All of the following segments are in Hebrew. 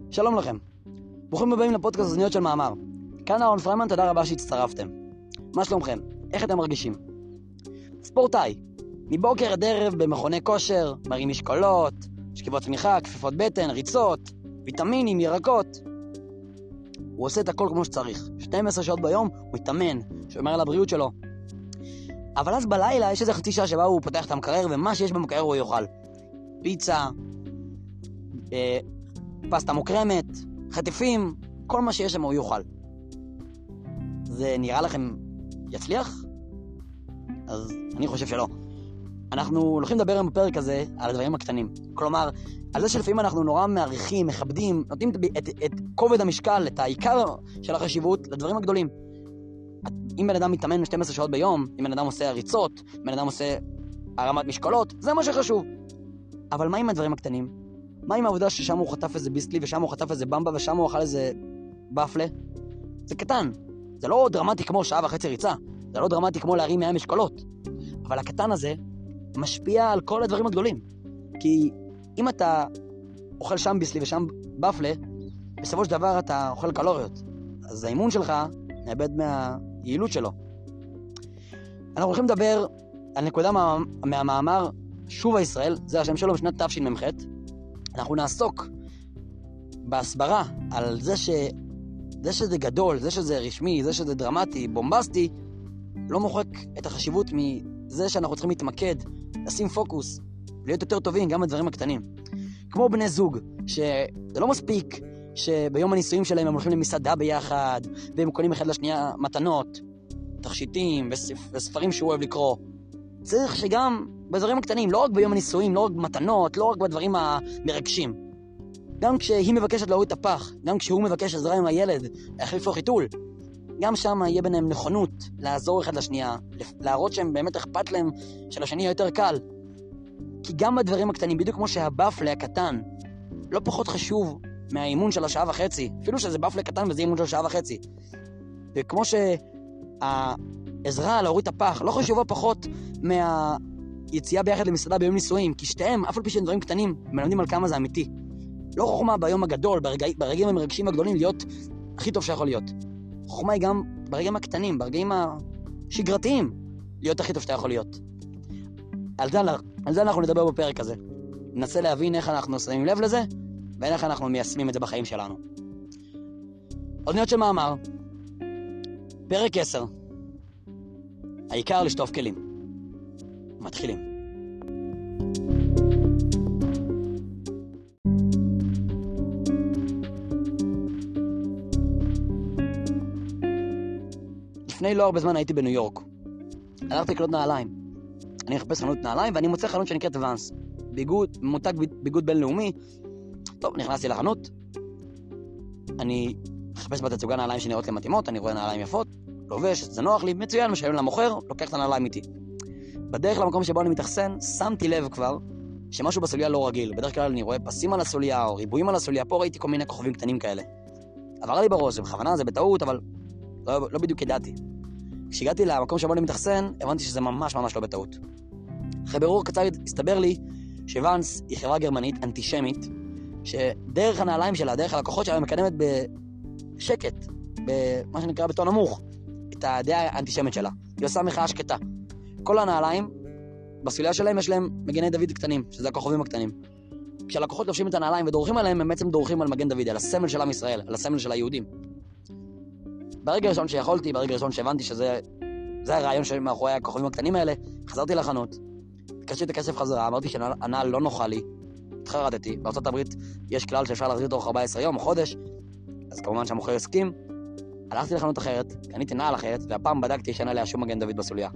שלום לכם. ברוכים הבאים לפודקאסט אוזניות של מאמר. כאן אהרון פריימן, תודה רבה שהצטרפתם. מה שלומכם? איך אתם מרגישים? ספורטאי, מבוקר עד ערב במכוני כושר, מרים משקולות, שכיבות צמיחה, כפיפות בטן, ריצות, ויטמינים, ירקות. הוא עושה את הכל כמו שצריך. 12 שעות ביום הוא מתאמן, שומר על הבריאות שלו. אבל אז בלילה יש איזה חצי שעה שבה הוא פותח את המקרר, ומה שיש במקרר הוא יאכל. פיצה, פסטה מוקרמת, חטיפים, כל מה שיש שם הוא יאכל. זה נראה לכם יצליח? אז אני חושב שלא. אנחנו הולכים לדבר בפרק הזה על הדברים הקטנים. כלומר, על זה שלפעמים אנחנו נורא מעריכים, מכבדים, נותנים את כובד המשקל, את העיקר של החשיבות לדברים הגדולים. אם בן אדם מתאמן 12 שעות ביום, אם בן אדם עושה ריצות, בן אדם עושה הרמת משקולות, זה מה שחשוב. אבל מה עם הדברים הקטנים? מה עם העובדה ששם הוא חטף איזה ביסלי, ושם הוא חטף איזה במבה, ושם הוא אכל איזה בפלה? זה קטן. זה לא דרמטי כמו שעה וחצי ריצה. זה לא דרמטי כמו להרים 100 משקולות. אבל הקטן הזה משפיע על כל הדברים הגדולים. כי אם אתה אוכל שם ביסלי ושם בפלה, בסופו של דבר אתה אוכל קלוריות. אז האימון שלך מאבד מהיעילות שלו. אנחנו הולכים לדבר על נקודה מהמאמר שוב הישראל, זה השם שלו בשנת תשמ"ח. אנחנו נעסוק בהסברה על זה שזה גדול, זה שזה רשמי, זה שזה דרמטי, בומבסטי, לא מוחק את החשיבות מזה שאנחנו צריכים להתמקד, לשים פוקוס, להיות יותר טובים גם בדברים הקטנים. כמו בני זוג, שזה לא מספיק שביום הנישואים שלהם הם הולכים למסעדה ביחד, והם קונים אחד לשנייה מתנות, תכשיטים וספרים שהוא אוהב לקרוא. צריך שגם בדברים הקטנים, לא רק ביום הנישואים, לא רק במתנות, לא רק בדברים המרגשים. גם כשהיא מבקשת להוריד את הפח, גם כשהוא מבקש עזרה עם הילד, להחליף לו חיתול, גם שם יהיה ביניהם נכונות לעזור אחד לשנייה, להראות שהם באמת אכפת להם של השני יותר קל. כי גם בדברים הקטנים, בדיוק כמו שהבפלה הקטן, לא פחות חשוב מהאימון של השעה וחצי, אפילו שזה בפלה קטן וזה אימון של השעה וחצי. וכמו שהעזרה להוריד את הפח לא חשובה פחות מהיציאה ביחד למסעדה ביום נישואים, כי שתיהם, אף על פי שהם דברים קטנים, מלמדים על כמה זה אמיתי. לא חוכמה ביום הגדול, ברגעים המרגשים הגדולים להיות הכי טוב שיכול להיות. חוכמה היא גם ברגעים הקטנים, ברגעים השגרתיים, להיות הכי טוב שאתה יכול להיות. על זה אנחנו נדבר בפרק הזה. ננסה להבין איך אנחנו שמים לב לזה, ואיך אנחנו מיישמים את זה בחיים שלנו. אוזניות של מאמר, פרק 10. העיקר לשטוף כלים. מתחילים. לפני לא הרבה זמן הייתי בניו יורק. הלכתי לקנות נעליים. אני מחפש חנות נעליים ואני מוצא חנות שנקראת ואנס. מותג ביגוד בינלאומי. טוב, נכנסתי לחנות. אני מחפש בתצוגה נעליים שנראות לי מתאימות, אני רואה נעליים יפות, לובש, זה נוח לי, מצוין, משלם למוכר, לוקח את הנעליים איתי. בדרך למקום שבו אני מתאכסן, שמתי לב כבר שמשהו בסוליה לא רגיל. בדרך כלל אני רואה פסים על הסוליה או ריבועים על הסוליה, פה ראיתי כל מיני כוכבים קטנים כאלה. עבר לי בראש, זה בכוונה, זה בטעות, אבל לא בדיוק ידעתי. כשהגעתי למקום שבו אני מתאכסן, הבנתי שזה ממש ממש לא בטעות. אחרי בירור קצר הסתבר לי שוואנס היא חברה גרמנית אנטישמית, שדרך הנעליים שלה, דרך הלקוחות שלה, מקדמת בשקט, במה שנקרא בטון נמוך, את הדעה האנטישמית שלה. היא עושה מחאה שקטה. כל הנעליים, בסוליה שלהם יש להם מגני דוד קטנים, שזה הכוכבים הקטנים. כשהלקוחות לובשים את הנעליים ודורכים עליהם, הם בעצם דורכים על מגן דוד, על הסמל של עם ישראל, על הסמל של היהודים. ברגע הראשון שיכולתי, ברגע הראשון שהבנתי שזה הרעיון שמאחורי הכוכבים הקטנים האלה, חזרתי לחנות, ביקשתי את הכסף חזרה, אמרתי שהנעל לא נוחה לי, התחרטתי. בארצות הברית יש כלל שאפשר להחזיר תוך 14 יום או חודש, אז כמובן שהמוכר הסכים. הלכתי לחנות אחרת, קניתי נעל אחרת, והפעם בדקתי שאין עליה שום מגן דוד בסוליה.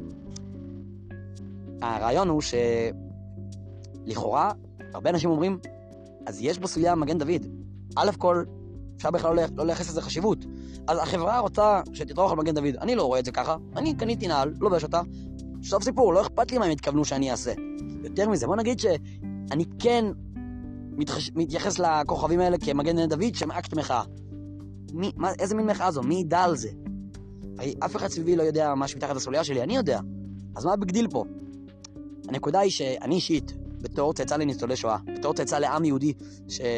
הרעיון הוא שלכאורה, הרבה אנשים אומרים, אז יש בסוליה מגן דוד. א' כל, אפשר בכלל לא לייחס לזה חשיבות. אז החברה רוצה שתתרוך על מגן דוד. אני לא רואה את זה ככה, אני קניתי נעל, לובש אותה, סוף סיפור, לא אכפת לי מה הם התכוונו שאני אעשה. יותר מזה, בוא נגיד שאני כן מתייחס לכוכבים האלה כמגן דוד שהם אקט מחאה. איזה מין מחאה זו? מי ידע על זה? אף אחד סביבי לא יודע מה שמתחת לסוליה שלי, אני יודע. אז מה בגדיל פה? הנקודה היא שאני אישית, בתור צאצא לניצולי שואה, בתור צאצא לעם יהודי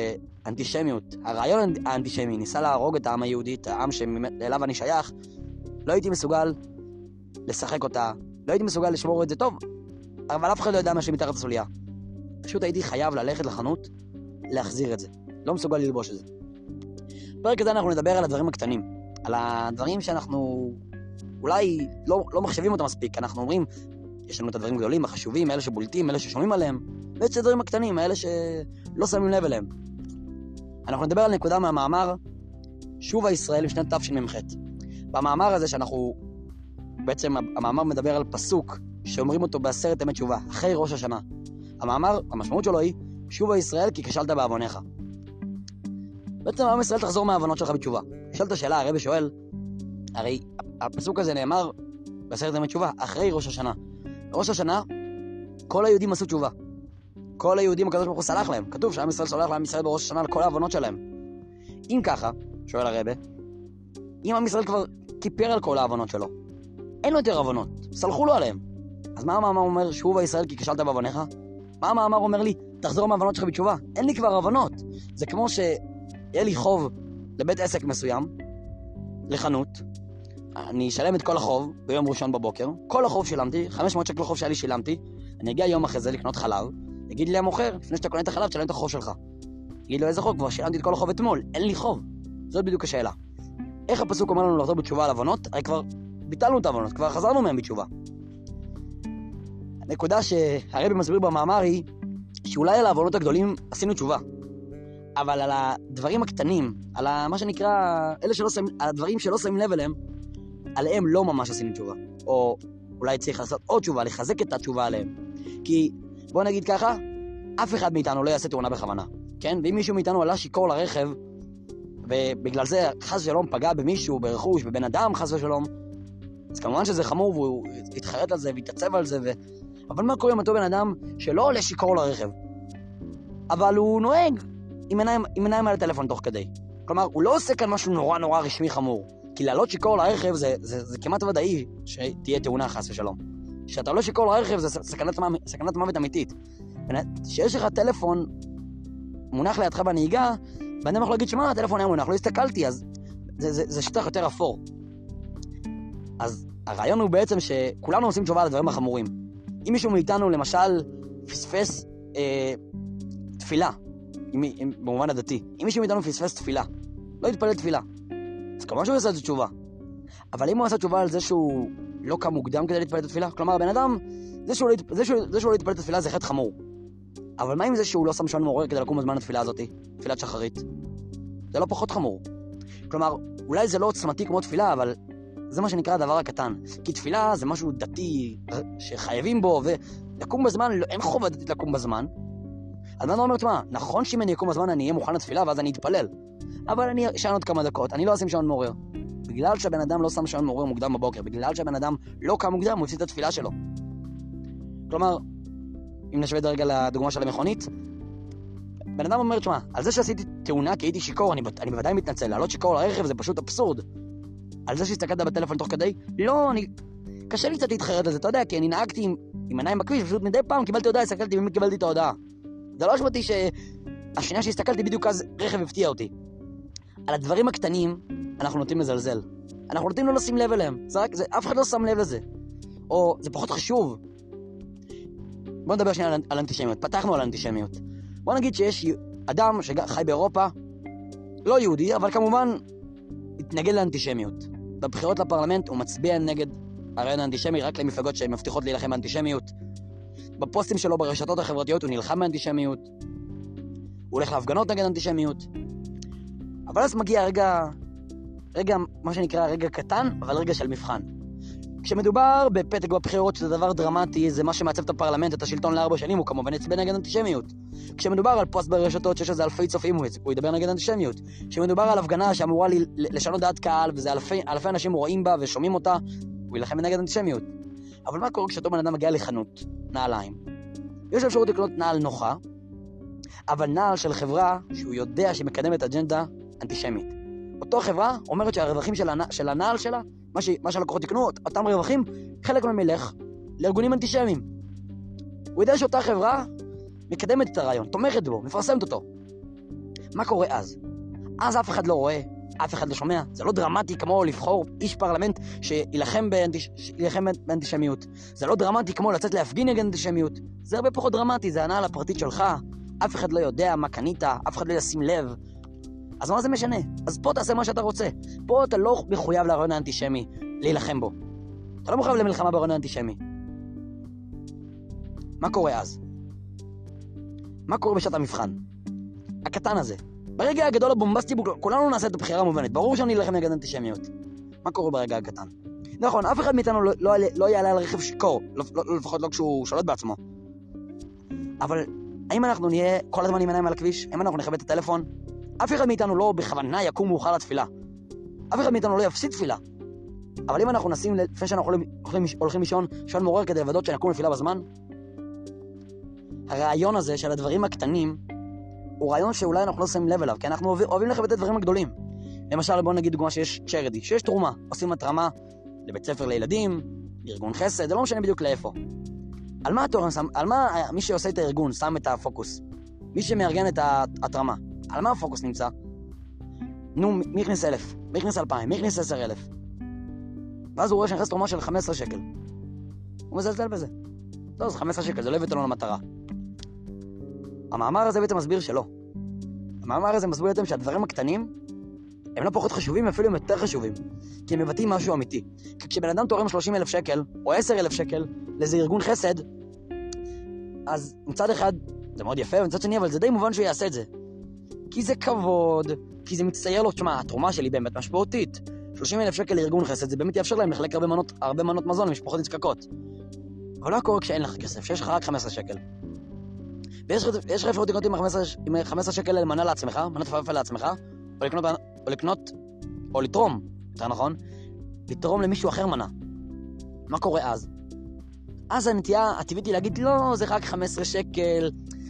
אנטישמיות, הרעיון האנטישמי ניסה להרוג את העם היהודי, את העם שאליו אני שייך, לא הייתי מסוגל לשחק אותה, לא הייתי מסוגל לשמור את זה טוב, אבל אף אחד לא יודע מה שמתחת הסוליה. פשוט הייתי חייב ללכת לחנות, להחזיר את זה. לא מסוגל ללבוש את זה. בפרק הזה אנחנו נדבר על הדברים הקטנים, על הדברים שאנחנו אולי לא מחשבים אותם מספיק. אנחנו אומרים, יש לנו את הדברים הגדולים, החשובים, אלה שבולטים, אלה ששומעים עליהם, ויש את הדברים הקטנים, אלה שלא שמים לב אליהם. אנחנו נדבר על נקודה מהמאמר שוב הישראל בשנת תשמ"ח. במאמר הזה שאנחנו, בעצם המאמר מדבר על פסוק שאומרים אותו ב10 ימי תשובה, אחרי ראש השנה. המאמר, המשמעות שלו היא, שוב הישראל כי כשלת בעוונך. בעצם עם ישראל תחזור מהעוונות שלך בתשובה. שאלת השאלה, הרבי שואל, הרי הפסוק הזה נאמר ב10 ימי תשובה, אחרי ראש השנה. ראש השנה, כל היהודים עשו תשובה. כל היהודים הקדוש ברוך הוא סלח להם. כתוב שעם ישראל סולח לעם ישראל בראש השנה על כל העוונות שלהם. אם ככה, שואל הרבי, אם עם ישראל כבר כיפר על כל העוונות שלו, אין לו יותר עוונות, סלחו לו עליהם. אז מה המאמר אומר, שוב הישראל כי כשלת בעוונך? מה המאמר אומר לי, תחזור מהעוונות שלך בתשובה? אין לי כבר עוונות. זה כמו שיהיה לי חוב לבית עסק מסוים, לחנות, אני אשלם את כל החוב ביום ראשון בבוקר, כל החוב שילמתי, 500 שקל חוב שלי שילמתי, אני אגיע יום אחרי זה לקנות חלב, יגיד לי המוכר, לפני שאתה קונה את החלב, תשלם את החוב שלך. יגיד לו, איזה חוב? כבר שילמתי את כל החוב אתמול, אין לי חוב. זאת בדיוק השאלה. איך הפסוק אומר לנו לחזור בתשובה על עוונות? הרי כבר ביטלנו את העוונות, כבר חזרנו מהם בתשובה. הנקודה שהרבי מסביר במאמר היא, שאולי על העוונות הגדולים עשינו תשובה, אבל על הדברים הקטנים, על מה שנקרא, על הדברים שלא שמים לב אליהם, עליהם לא ממש עשינו תשובה. או אולי צריך לעשות עוד תשובה, לחזק את התשובה עליהם. כי בוא נגיד ככה, אף אחד מאיתנו לא יעשה תאונה בכוונה, כן? ואם מישהו מאיתנו עלה שיכור לרכב, ובגלל זה חס ושלום פגע במישהו, ברכוש, בבן אדם חס ושלום, אז כמובן שזה חמור והוא יתחרט על זה ויתעצב על זה, אבל מה קורה עם אותו בן אדם שלא עולה שיכור לרכב, אבל הוא נוהג עם עיניים על הטלפון תוך כדי? כלומר, הוא לא עושה כאן משהו נורא נורא רשמי חמור, כי לעלות שיכור לרכב זה כמעט ודאי שתהיה תאונה חס ושלום. כשאתה עולה שיכור לרכב זה סכנת מוות אמיתית. כשיש לך טלפון מונח לידך בנהיגה, ואני יכול להגיד שמה, הטלפון היה מונח, לא הסתכלתי, אז זה שטח יותר אפור. אז הרעיון הוא בעצם שכולנו עושים תשובה על הדברים החמורים. אם מישהו מאיתנו למשל פספס תפילה, במובן הדתי, אם מישהו מאיתנו פספס תפילה, לא יתפלל תפילה, אז כמובן שהוא יעשה את תשובה. אבל אם הוא עשה תשובה על זה שהוא לא קם מוקדם כדי להתפלל את התפילה, כלומר בן אדם, זה שהוא לא יתפלל את התפילה זה חטא חמור. אבל מה עם זה שהוא לא שם שעון מעורר כדי לקום בזמן התפילה הזאת, תפילת שחרית? זה לא פחות חמור. כלומר, אולי זה לא עוצמתי כמו תפילה, אבל זה מה שנקרא הדבר הקטן. כי תפילה זה משהו דתי שחייבים בו, ולקום בזמן, אין חובה דתית לקום בזמן. אז אני אומר, תשמע, נכון שאם אני אקום בזמן אני אהיה מוכן לתפילה ואז אני אתפלל. אבל אני אשן עוד כמה דקות, אני לא אשים שעון מעורר. בגלל שהבן אדם לא שם שעון מעורר מוקדם בבוקר, בגלל שהבן אדם לא קם מוקדם, הוא הפסיד את התפילה שלו. כלומר, אם נשווה דרגע לדוגמה של המכונית, בן אדם אומר, תשמע, על זה שעשיתי תאונה כי הייתי שיקור, אני בוודאי מתנצל, לעלות שיקור לרכב זה פשוט אבסורד. על זה שהסתכלת בטלפון תוך כדי, לא, קשה לי קצת להתחרט לזה, אתה יודע, כי אני נהגתי עם עיניים בכביש, פשוט מדי פעם קיבלתי הודעה, הסתכלתי ומי קיבלתי את ההודעה. זה לא אשמתי שהשנייה שהסתכלתי בדיוק אז רכב הפתיע אותי. על הדברים הקטנים אנחנו נוטים לזלזל. אנחנו נוטים לא לשים לב אליהם. אף אחד לא שם לב לזה. או זה פחות חשוב. בוא נדבר שנייה על אנטישמיות. פתחנו על אנטישמיות. בוא נגיד שיש אדם שחי באירופה, לא יהודי, אבל כמובן התנגד לאנטישמיות. בבחירות לפרלמנט הוא מצביע נגד הרעיון האנטישמי רק למפלגות שהן מבטיחות להילחם באנטישמיות. בפוסטים שלו ברשתות החברתיות הוא נלחם באנטישמיות. הוא הולך להפגנות נגד אנטישמיות. אבל אז מגיע רגע, מה שנקרא רגע קטן, אבל רגע של מבחן. כשמדובר בפתק בבחירות, שזה דבר דרמטי, זה מה שמעצב את הפרלמנט, את השלטון ל4 שנים, הוא כמובן יצביע נגד אנטישמיות. כשמדובר על פוסט ברשתות שיש איזה אלפי צופים, הוא ידבר נגד אנטישמיות. כשמדובר על הפגנה שאמורה לשנות דעת קהל, וזה אלפי אנשים רואים בה ושומעים אותה, הוא ילחם נגד אנטישמיות. אבל מה קורה כשאותו בן אדם מגיע לחנות נעליים? יש אפשרות לקנות נעל נוחה, אבל נעל של חברה שהוא יודע שמקדמת אג'נדה אנטישמית. אותו חברה אומרת שהרווחים של הנעל שלה, מה שהלקוחות יקנו, אותם רווחים, חלק מהם ילך לארגונים אנטישמיים. הוא יודע שאותה חברה מקדמת את הרעיון, תומכת בו, מפרסמת אותו. מה קורה אז? אז אף אחד לא רואה, אף אחד לא שומע. זה לא דרמטי כמו לבחור איש פרלמנט שילחם באנטישמיות. זה לא דרמטי כמו לצאת להפגין נגד אנטישמיות. זה הרבה פחות דרמטי, זה הנאה לפרטית שלך. אף אחד לא יודע מה קנית, אף אחד לא ישים לב. אז מה זה משנה? אז פה תעשה מה שאתה רוצה. פה אתה לא מחויב לרעיון האנטישמי להילחם בו. אתה לא מחויב למלחמה ברעיון האנטישמי. מה קורה אז? מה קורה בשעת המבחן? הקטן הזה. ברגע הגדול הבומבסטי, כולנו נעשה את הבחירה המובנת. ברור שאני אלחם נגד אנטישמיות. מה קורה ברגע הקטן? נכון, אף אחד מאיתנו לא יעלה על רכב שיקור, לפחות לא כשהוא שולט בעצמו. אבל האם אנחנו נהיה כל הזמן עם עיניים על הכביש? האם אנחנו נכבד את הטלפון? אף אחד מאיתנו לא בכוונה יקום מאוחר לתפילה. אף אחד מאיתנו לא יפסיד תפילה. אבל אם אנחנו נשים לפני שאנחנו הולכים לישון, שעון מעורר כדי לוודא שנקום לתפילה בזמן, הרעיון הזה של הדברים הקטנים הוא רעיון שאולי אנחנו לא שמים לב אליו, כי אנחנו אוהבים לכבד את הדברים הגדולים. למשל, בואו נגיד דוגמה שיש צ'רדי, שיש תרומה, עושים התרמה לבית ספר לילדים, לארגון חסד, זה לא משנה בדיוק לאיפה. על מה מי שעושה את הארגון שם את הפוקוס? מי שמארגן את התרמה, על מה הפוקוס נמצא? נו, מי הכניס 1,000? מי הכניס 2,000? מי הכניס 10,000? ואז הוא רואה שנכנס תרומה של 15 שקל. הוא מזלזל בזה. לא, זה 15 שקל, זה לא הבאת לו למטרה. המאמר הזה בעצם מסביר שלא. המאמר הזה מסביר בעצם שהדברים הקטנים הם לא פחות חשובים, אפילו הם יותר חשובים. כי הם מבטאים משהו אמיתי. כי כשבן אדם תורם 30,000 שקל, או 10,000 שקל, לאיזה ארגון חסד, אז מצד אחד, זה מאוד יפה, ומצד שני, אבל זה די מובן שהוא יעשה את זה. כי זה כבוד, כי זה מצטייר לו, תשמע, התרומה שלי באמת משמעותית. 30,000 שקל לארגון חסד, זה באמת יאפשר להם לחלק הרבה מנות מזון למשפחות נזקקות. אבל לא קורה כשאין לך כסף, שיש לך רק 15 שקל. ויש לך אפשרות לקנות עם 15 שקל למנה לעצמך, מנת פלאפל לעצמך, או לתרום, יותר נכון, לתרום למישהו אחר מנה. מה קורה אז? אז הנטייה הטבעית היא להגיד, לא, זה רק 15 שקל,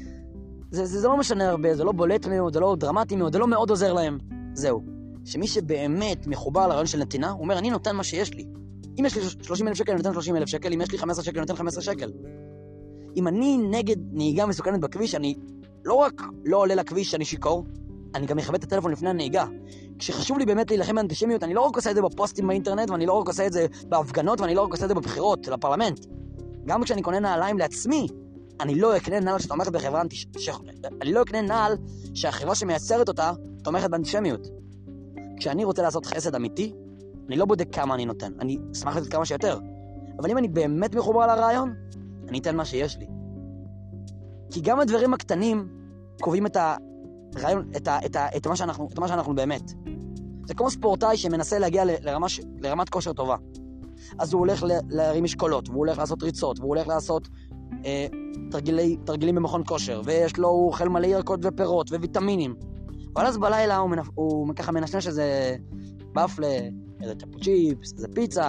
זה לא משנה הרבה, זה לא בולט מאוד, זה לא דרמטי מאוד, זה לא מאוד עוזר להם. זהו. שמי שבאמת מחובר לרעיון של נתינה, הוא אומר, אני נותן מה שיש לי. אם יש לי 30,000 שקל, אני נותן 30,000 שקל, אם יש לי 15 שקל, אני נותן 15 שקל. אם אני נגד נהיגה מסוכנת בכביש, אני לא רק לא עולה לכביש שאני שיקור, אני גם מכבד את הטלפון לפני הנהיגה. כשחשוב לי באמת להילחם באנטישמיות, אני לא רק עושה את זה בפוסטים באינטרנט, ואני לא רק עושה את זה בהפגנות, ואני לא רק עושה את זה בבחירות לפרלמנט. גם כשאני קונה נעליים לעצמי, אני לא אקנה נעל שתומכת בחברה אני לא אקנה נעל שהחברה שמייצרת אותה תומכת באנטישמיות. כשאני רוצה לעשות חסד אמיתי, אני לא בודק כמה אני נותן, אני אשמח לתת כמה שיותר. אבל אם אני באמת מחובר על הרעיון, אני אתן מה שיש לי. כי גם הדברים הקטנים קובעים את הרעיון, את מה שאנחנו באמת. זה כמו ספורטאי שמנסה להגיע לרמת כושר טובה. אז הוא הולך להרים משקולות, והוא הולך לעשות ריצות, והוא הולך לעשות תרגילים במכון כושר, ויש לו, הוא אוכל מלא ירקות ופירות וויטמינים. אבל אז בלילה הוא ככה מנשנש איזה בפלה, איזה צ'פוצ'יפס, איזה פיצה.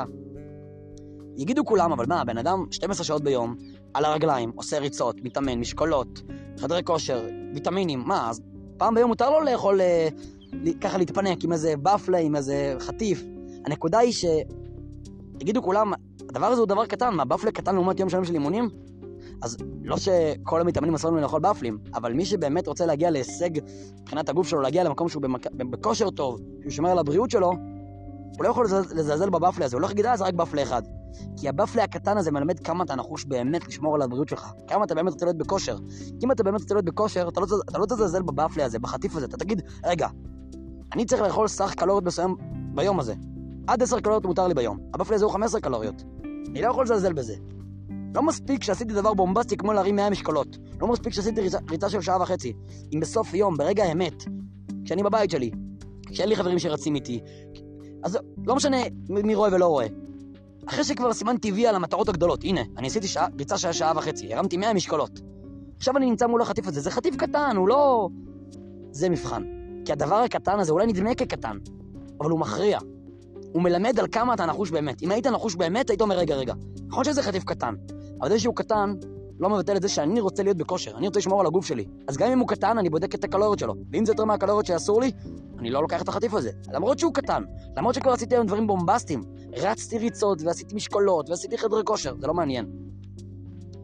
יגידו כולם, אבל מה, בן אדם 12 שעות ביום, על הרגליים, עושה ריצות, מתאמן, משקולות, חדרי כושר, ויטמינים, מה, אז פעם ביום מותר לו לאכול, ככה להתפנק עם איזה בפלה, עם איזה חטיף. הנקודה היא יגידו כולם, הדבר הזה הוא דבר קטן, מה בפלה קטן לעומת יום שלם של אימונים? אז לא שכל המתאמנים אסור לנו לאכול בפלים, אבל מי שבאמת רוצה להגיע להישג מבחינת הגוף שלו, להגיע למקום שהוא בכושר טוב, שהוא שומר על הבריאות שלו, הוא לא יכול לזלזל בבפלה הזה, הוא לא יגיד, זה רק בפלה אחד. כי הבפלה הקטן הזה מלמד כמה אתה נחוש באמת לשמור על הבריאות שלך, כמה אתה באמת רוצה להיות בכושר. כי אם אתה באמת רוצה להיות בכושר, אתה לא תזלזל בבפלה הזה, בחטיף הזה, אתה תגיד, רגע, אני צריך לאכול סך קלוריות מסוים ביום הזה. עד 10 קלוריות מותר לי ביום. הבפלה הזה הוא 15 קלוריות. אני לא יכול לזלזל בזה. לא מספיק שעשיתי דבר בומבסטי כמו להרים 100 משקולות. לא מספיק שעשיתי ריצה של שעה וחצי. אם בסוף יום, ברגע האמת, כשאני בבית שלי, כשאין לי חברים שרצים איתי, אז לא משנה מי רואה ולא רואה. אחרי שכבר סימן טבעי על המטרות הגדולות, הנה, אני עשיתי ריצה של שעה וחצי, הרמתי 100 משקולות. עכשיו אני נמצא מול החטיף הזה, זה חטיף קטן, הוא לא... זה מבחן. כי הדבר הקטן הזה אולי נדמה כקטן, אבל הוא מכריע. הוא מלמד על כמה אתה נחוש באמת. אם היית נחוש באמת, היית אומר רגע. נכון שזה חטיף קטן, אבל זה שהוא קטן, לא מבטל את זה שאני רוצה להיות בכושר, אני רוצה לשמור על הגוף שלי. אז גם אם הוא קטן, אני בודק את הקלוריות שלו. ואם זה יותר מהקלוריות שאסור לי, אני לא לוקח את החטיף הזה. למרות שהוא קטן, למרות שכבר עשיתי היום דברים בומבסטיים, רצתי ריצות ועשיתי משקולות ועשיתי חדרי כושר, זה לא מעניין.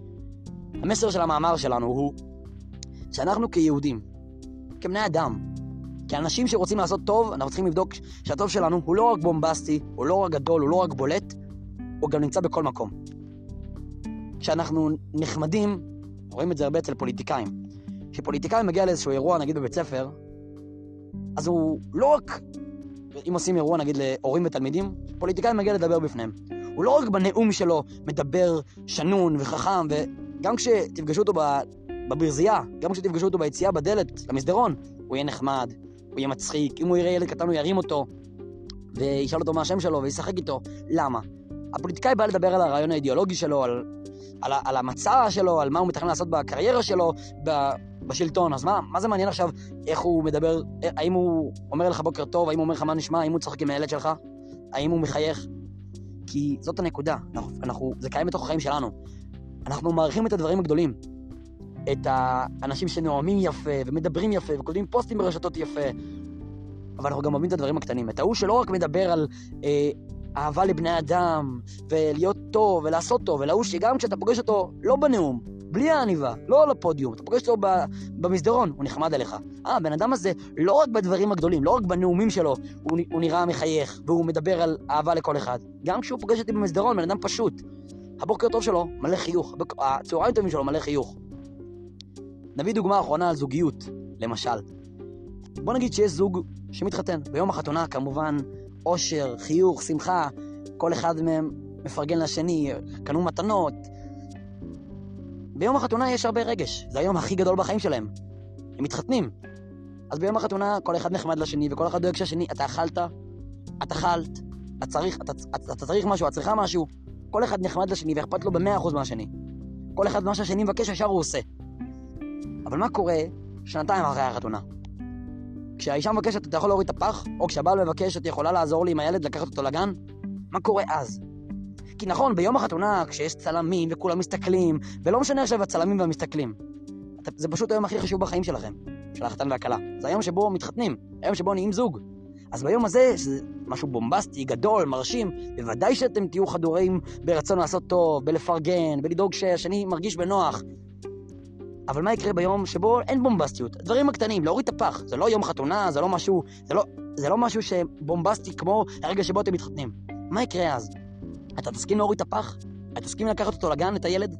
המסר של המאמר שלנו הוא שאנחנו כיהודים, כבני אדם, כאנשים שרוצים לעשות טוב, אנחנו צריכים לבדוק שהטוב שלנו הוא לא רק בומבסטי, הוא לא רק גדול, הוא לא רק בולט, הוא גם נמצא בכל מקום. כשאנחנו נחמדים, רואים את זה הרבה אצל פוליטיקאים, כשפוליטיקאי מגיע לאיזשהו אירוע, נגיד בבית ספר, אז הוא לא רק, אם עושים אירוע נגיד להורים ותלמידים, פוליטיקאי מגיע לדבר בפניהם. הוא לא רק בנאום שלו מדבר שנון וחכם, וגם כשתפגשו אותו בברזייה, גם כשתפגשו אותו ביציאה בדלת, למסדרון, הוא יהיה נחמד, הוא יהיה מצחיק, אם הוא יראה ילד קטן הוא ירים אותו, וישאל אותו מה השם שלו, וישחק איתו. למה? הפוליטיקאי בא לדבר על הרעיון האידיאולוגי שלו, על המצע שלו, על מה הוא מתכנן לעשות בקריירה שלו, בשלטון. אז מה זה מעניין עכשיו איך הוא מדבר, האם הוא אומר לך בוקר טוב, האם הוא אומר לך מה נשמע, האם הוא צוחק עם הילד שלך, האם הוא מחייך? כי זאת הנקודה, זה קיים בתוך החיים שלנו. אנחנו מעריכים את הדברים הגדולים, את האנשים שנואמים יפה ומדברים יפה וכותבים פוסטים ברשתות יפה, אבל אנחנו גם אוהבים את הדברים הקטנים, את ההוא שלא רק מדבר על אהבה לבני אדם ולהיות טוב ולעשות טוב, אלא הוא שגם כשאתה פוגש אותו לא בנאום, בלי העניבה, לא על הפודיום, אתה פוגש אותו במסדרון, הוא נחמד עליך. הבן אדם הזה לא רק בדברים הגדולים, לא רק בנאומים שלו הוא נראה מחייך והוא מדבר על אהבה לכל אחד, גם כשהוא פוגש אותי במסדרון, בן אדם פשוט, הבוקר טוב שלו מלא חיוך, הצהריים טובים שלו מלא חיוך. נביא דוגמה אחרונה על זוגיות, למשל. בוא נגיד שיש זוג שמתחתן. ביום החתונה כמובן אושר, חיוך, שמחה, כל אחד מהם מפרגן לשני, קנו מתנות. ביום החתונה יש הרבה רגש, זה היום הכי גדול בחיים שלהם. הם מתחתנים. אז ביום החתונה כל אחד נחמד לשני וכל אחד דואג שהשני, אתה אכלת, אתה צריך משהו, את צריכה משהו. כל אחד נחמד לשני ואכפת לו ב100% מהשני. כל אחד מה שהשני מבקש ישר הוא עושה. אבל מה קורה 2 אחרי החתונה? כשהאישה מבקשת אתה יכול להוריד את הפח, או כשהבעל מבקש את יכולה לעזור לי עם הילד לקחת אותו לגן, מה קורה אז? כי נכון, ביום החתונה כשיש צלמים וכולם מסתכלים, ולא משנה עכשיו הצלמים והמסתכלים, זה פשוט היום הכי חשוב בחיים שלכם, של החתן והכלה. זה היום שבו מתחתנים, היום שבו נהיים זוג. אז ביום הזה, שזה משהו בומבסטי, גדול, מרשים, בוודאי שאתם תהיו חדורים ברצון לעשות טוב, בלפרגן, בלדאוג שהשני מרגיש בנוח. אבל מה יקרה ביום שבו אין בומבסטיות? הדברים הקטנים, להוריד את הפח. זה לא יום חתונה, זה לא משהו שבומבסטי כמו הרגע שבו אתם מתחתנים. מה יקרה אז? אתה תסכים להוריד את הפח? אתה תסכים לקחת אותו לגן, את הילד?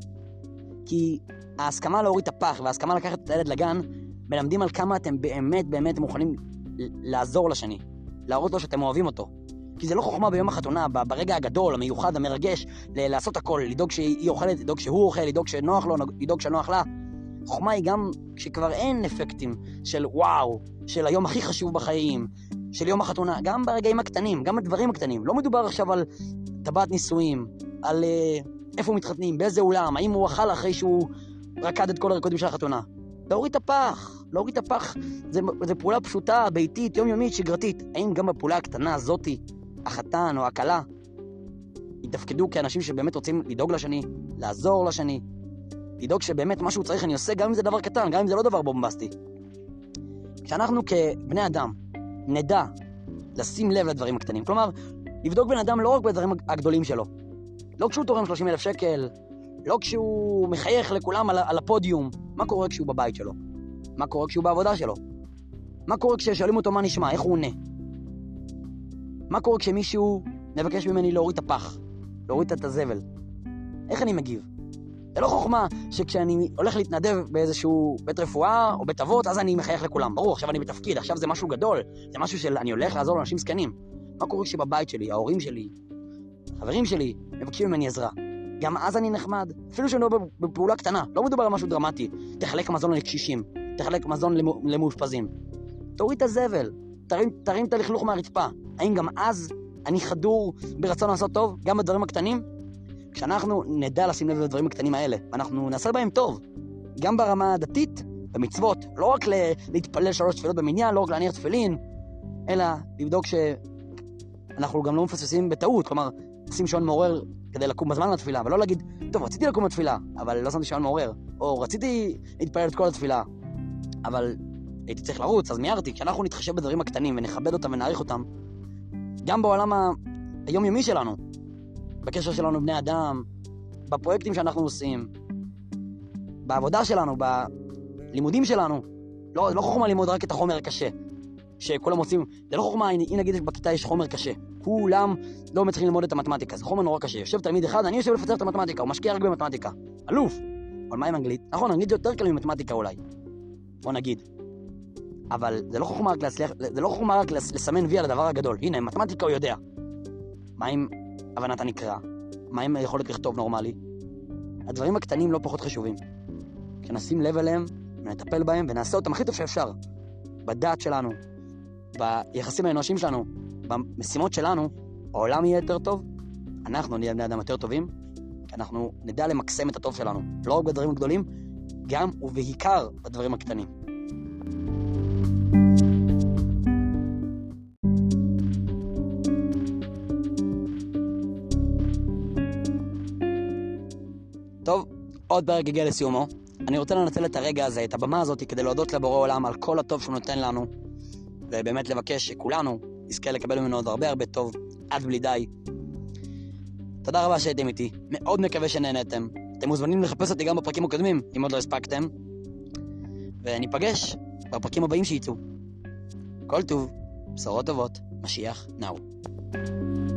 כי ההסכמה להוריד את הפח וההסכמה לקחת את הילד לגן מלמדים על כמה אתם באמת מוכנים לעזור לשני, להראות לו שאתם אוהבים אותו. כי זה לא חוכמה ביום החתונה, ברגע הגדול, המיוחד, המרגש, לעשות הכל, לדאוג שהיא אוכלת, לדאוג שהוא אוכל, לדאוג שנוח לו, לדאוג שנוח לה. חוכמה היא גם כשכבר אין אפקטים של וואו, של היום הכי חשוב בחיים, של יום החתונה, גם ברגעים הקטנים, גם בדברים הקטנים. לא מדובר עכשיו על טבעת נישואים, על איפה מתחתנים, באיזה אולם, האם הוא אכל אחרי שהוא רקד את כל הרקודים של החתונה. להוריד את הפח, זה פעולה פשוטה, ביתית, יומיומית, שגרתית. האם גם בפעולה הקטנה הזאתי, החתן או הכלה, יתפקדו כאנשים שבאמת רוצים לדאוג לשני, לעזור לשני, לדאוג שבאמת משהו צריך אני עושה, גם אם זה דבר קטן, גם אם זה לא דבר בומבסטי. כשאנחנו כבני אדם נדע לשים לב לדברים הקטנים, כלומר, לבדוק בן אדם לא רק בדברים הגדולים שלו, לא כשהוא תורם 30,000 שקל, לא כשהוא מחייך לכולם על הפודיום, מה קורה כשהוא בבית שלו? מה קורה כשהוא בעבודה שלו? מה קורה כששואלים אותו מה נשמע, איך הוא עונה? מה קורה כשמישהו מבקש ממני להוריד את הפח, להוריד את הזבל? איך אני מגיב? זה לא חוכמה שכשאני הולך להתנדב באיזשהו בית רפואה או בית אבות, אז אני מחייך לכולם. ברור, עכשיו אני בתפקיד, עכשיו זה משהו גדול, זה משהו שאני הולך לעזור לאנשים זקנים. מה קורה כשבבית שלי, ההורים שלי, החברים שלי, מבקשים ממני עזרה? גם אז אני נחמד, אפילו שאני לא בפעולה קטנה, לא מדובר על משהו דרמטי. תחלק מזון לקשישים, תחלק מזון למאושפזים. תוריד את הזבל, תרים את הלכלוך מהרצפה. האם גם אז אני חדור ברצון לעשות טוב, גם בדברים הקטנים? כשאנחנו נדע לשים לב לדברים הקטנים האלה, ואנחנו נעשה בהם טוב, גם ברמה הדתית, במצוות, לא רק להתפלל 3 תפילות במניין, לא רק להניח תפילין, אלא לבדוק שאנחנו גם לא מפספסים בטעות, כלומר, נשים שעון מעורר כדי לקום בזמן לתפילה, ולא להגיד, טוב, רציתי לקום לתפילה, אבל לא שמתי שעון מעורר, או רציתי להתפלל את כל התפילה, אבל הייתי צריך לרוץ, אז מיהרתי. כשאנחנו נתחשב בדברים הקטנים ונכבד אותם ונעריך אותם, גם בעולם היומיומי שלנו, בקשר שלנו בני אדם, בפרויקטים שאנחנו עושים, בעבודה שלנו, בלימודים שלנו, לא חוכמה ללמוד רק את החומר הקשה, שכולם עושים, זה לא חוכמה, אם נגיד בכיתה יש חומר קשה, כולם לא מצליחים ללמוד את המתמטיקה, זה חומר נורא קשה, יושב תלמיד אחד, אני יושב לפצח את המתמטיקה, הוא משקיע רק במתמטיקה, אלוף, אבל מה עם אנגלית? נכון, אנגלית זה יותר קל ממתמטיקה אולי, בוא נגיד, אבל זה לא חוכמה רק להצליח, זה לא חוכמה רק לסמן וי על הדבר הגדול, הנה, מתמטיקה הוא יודע, מה עם הבנת הנקרא? מה עם יכולת לכתוב נורמלי? הדברים הקטנים לא פחות חשובים, כשנשים לב אליהם, ונטפל בהם, ונעשה אותם הכי טוב שאפשר, בדעת שלנו, ביחסים האנושיים שלנו, במשימות שלנו, העולם יהיה יותר טוב, אנחנו נהיה בני אדם יותר טובים, כי אנחנו נדע למקסם את הטוב שלנו, לא רק בדברים הגדולים, גם ובעיקר בדברים הקטנים. טוב, עוד פרק הגיע לסיומו. אני רוצה לנצל את הרגע הזה, את הבמה הזאת, כדי להודות לבורא עולם על כל הטוב שהוא נותן לנו, ובאמת לבקש שכולנו נזכה לקבל ממנו עוד הרבה טוב, עד בלי די. תודה רבה שהייתם איתי, מאוד מקווה שנהנתם. אתם מוזמנים לחפש אותי גם בפרקים הקודמים, אם עוד לא הספקתם. וניפגש בפרקים הבאים שייצאו. כל טוב, בשורות טובות, משיח נאו.